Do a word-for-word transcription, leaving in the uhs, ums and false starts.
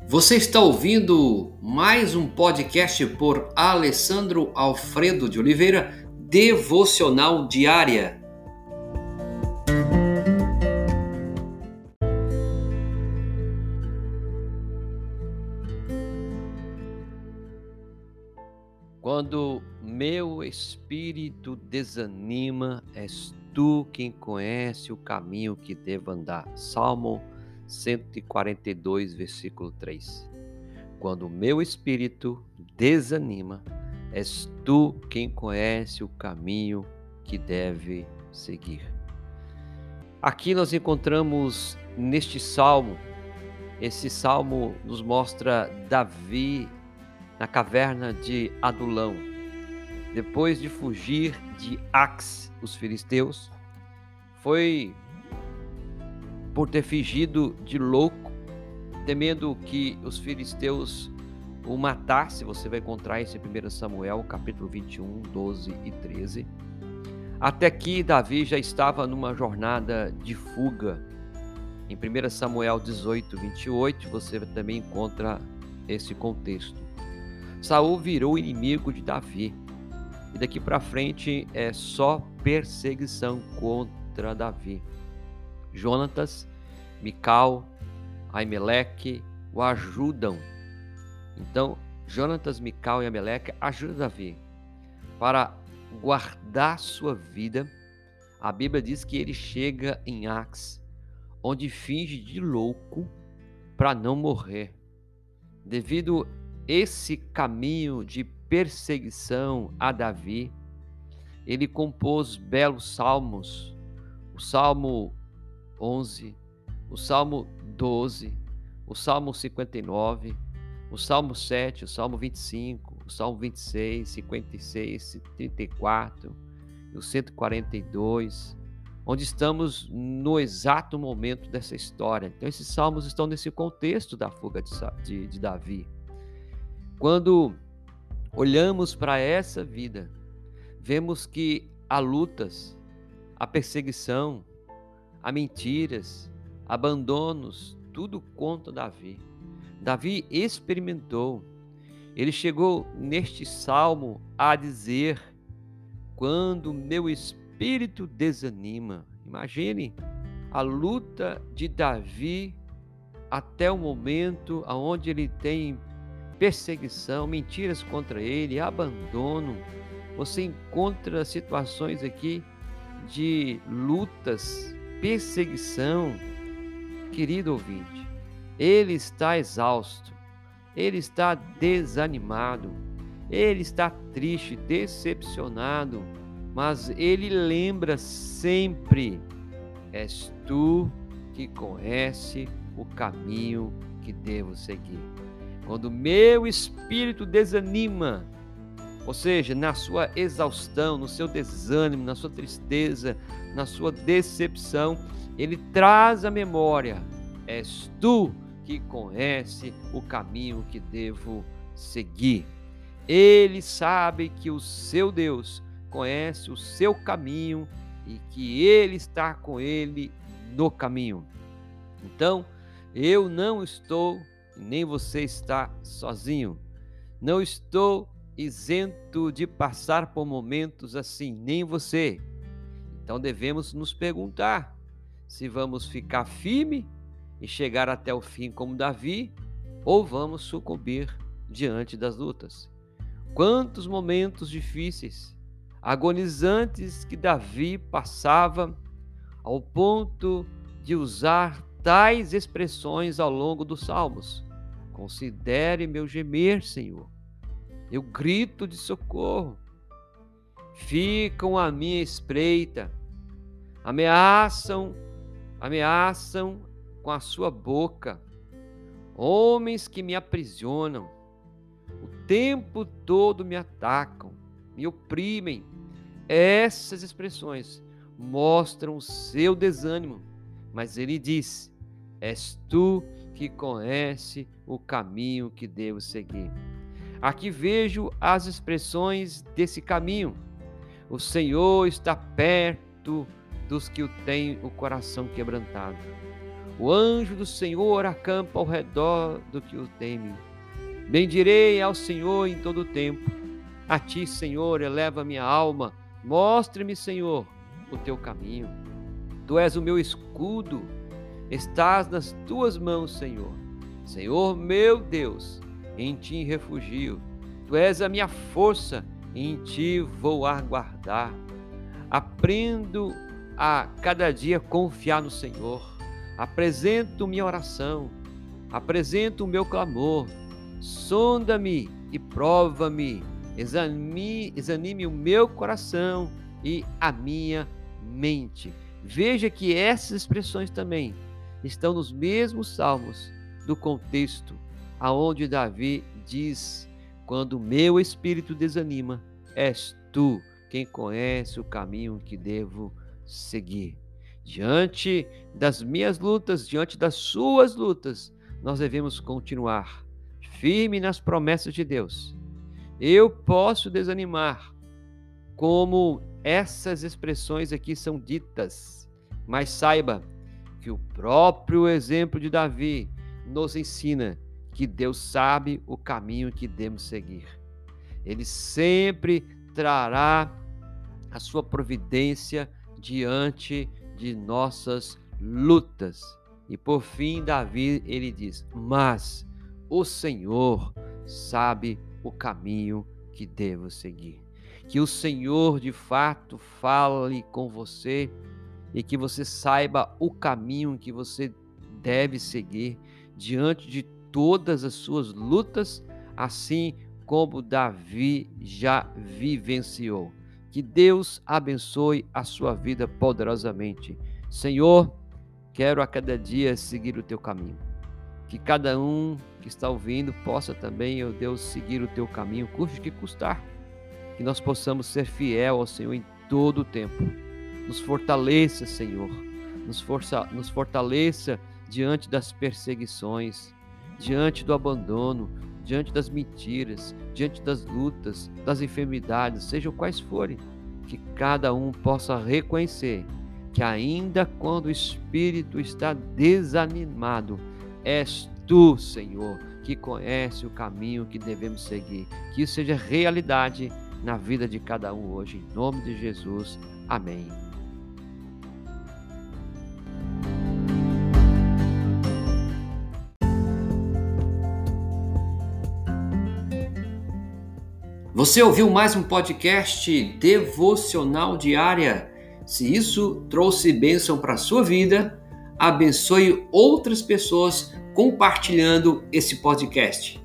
Você está ouvindo mais um podcast por Alessandro Alfredo de Oliveira, Devocional Diária. Quando meu espírito desanima, és tu quem conhece o caminho que devo andar. Salmo cento e quarenta e dois, versículo três. Quando meu espírito desanima, és tu quem conhece o caminho que deve seguir. Aqui nós encontramos neste salmo, esse salmo nos mostra Davi na caverna de Adulão. Depois de fugir de Ax, os filisteus, foi por ter fingido de louco, temendo que os filisteus o matassem. Você vai encontrar isso em primeiro Samuel, capítulo vinte e um, doze e treze. Até que Davi já estava numa jornada de fuga. Em primeiro Samuel dezoito, vinte e oito, você também encontra esse contexto. Saul virou inimigo de Davi. E daqui para frente é só perseguição contra Davi. Jonatas, Mical, Aimeleque o ajudam. Então, Jonatas, Mical e Aimeleque ajudam Davi para guardar sua vida. A Bíblia diz que ele chega em Ax, onde finge de louco para não morrer. Devido esse caminho de perseguição a Davi, ele compôs belos salmos, o Salmo onze, o Salmo doze, o Salmo cinquenta e nove, o Salmo sete, o Salmo vinte e cinco, o Salmo vinte e seis, cinquenta e seis, trinta e quatro e o cento e quarenta e dois, onde estamos no exato momento dessa história. Então esses salmos estão nesse contexto da fuga de, de, de Davi. Quando olhamos para essa vida, vemos que há lutas, há perseguição, há mentiras, abandonos, tudo contra Davi. Davi experimentou, ele chegou neste salmo a dizer: quando meu espírito desanima. Imagine a luta de Davi até o momento onde ele tem perseguição, mentiras contra ele, abandono. Você encontra situações aqui de lutas, perseguição. Querido ouvinte, ele está exausto, ele está desanimado, ele está triste, decepcionado, mas ele lembra sempre: és tu que conhece o caminho que devo seguir. Quando meu espírito desanima, ou seja, na sua exaustão, no seu desânimo, na sua tristeza, na sua decepção, ele traz à memória: és tu que conhece o caminho que devo seguir. Ele sabe que o seu Deus conhece o seu caminho e que ele está com ele no caminho. Então, eu não estou, nem você está sozinho. Não estou isento de passar por momentos assim, nem você. Então devemos nos perguntar se vamos ficar firme e chegar até o fim como Davi, ou vamos sucumbir diante das lutas. Quantos momentos difíceis, agonizantes que Davi passava, ao ponto de usar tais expressões ao longo dos salmos: considere meu gemer, Senhor, eu grito de socorro, ficam à minha espreita, ameaçam, ameaçam com a sua boca, homens que me aprisionam, o tempo todo me atacam, me oprimem. Essas expressões mostram o seu desânimo, mas ele diz: és tu que conhece o caminho que devo seguir. Aqui vejo as expressões desse caminho. O Senhor está perto dos que o têm o coração quebrantado. O anjo do Senhor acampa ao redor do que o teme. Bendirei ao Senhor em todo o tempo. A ti, Senhor, eleva minha alma. Mostre-me, Senhor, o teu caminho. Tu és o meu escudo. Estás nas tuas mãos, Senhor. Senhor meu Deus, em ti refugio. Tu és a minha força, em ti vou aguardar. Aprendo a cada dia confiar no Senhor. Apresento minha oração, apresento o meu clamor. Sonda-me e prova-me, examine, examine o meu coração e a minha mente. Veja que essas expressões também estão nos mesmos salmos do contexto aonde Davi diz: quando o meu espírito desanima, és tu quem conhece o caminho que devo seguir. Diante das minhas lutas, diante das suas lutas, nós devemos continuar firme nas promessas de Deus. Eu posso desanimar, como essas expressões aqui são ditas, mas saiba que o próprio exemplo de Davi nos ensina que Deus sabe o caminho que devemos seguir. Ele sempre trará a sua providência diante de nossas lutas. E por fim, Davi, ele diz: mas o Senhor sabe o caminho que devo seguir. Que o Senhor de fato fale com você e que você saiba o caminho que você deve seguir diante de todas as suas lutas, assim como Davi já vivenciou. Que Deus abençoe a sua vida poderosamente. Senhor, quero a cada dia seguir o teu caminho. Que cada um que está ouvindo possa também, ó Deus, seguir o teu caminho, custe o que custar. Que nós possamos ser fiel ao Senhor em todo o tempo. Nos fortaleça, Senhor. Nos, força, nos fortaleça diante das perseguições, diante do abandono, diante das mentiras, diante das lutas, das enfermidades, sejam quais forem, que cada um possa reconhecer que ainda quando o espírito está desanimado, és tu, Senhor, que conhece o caminho que devemos seguir. Que isso seja realidade na vida de cada um hoje, em nome de Jesus. Amém. Você ouviu mais um podcast devocional diária? Se isso trouxe bênção para a sua vida, abençoe outras pessoas compartilhando esse podcast.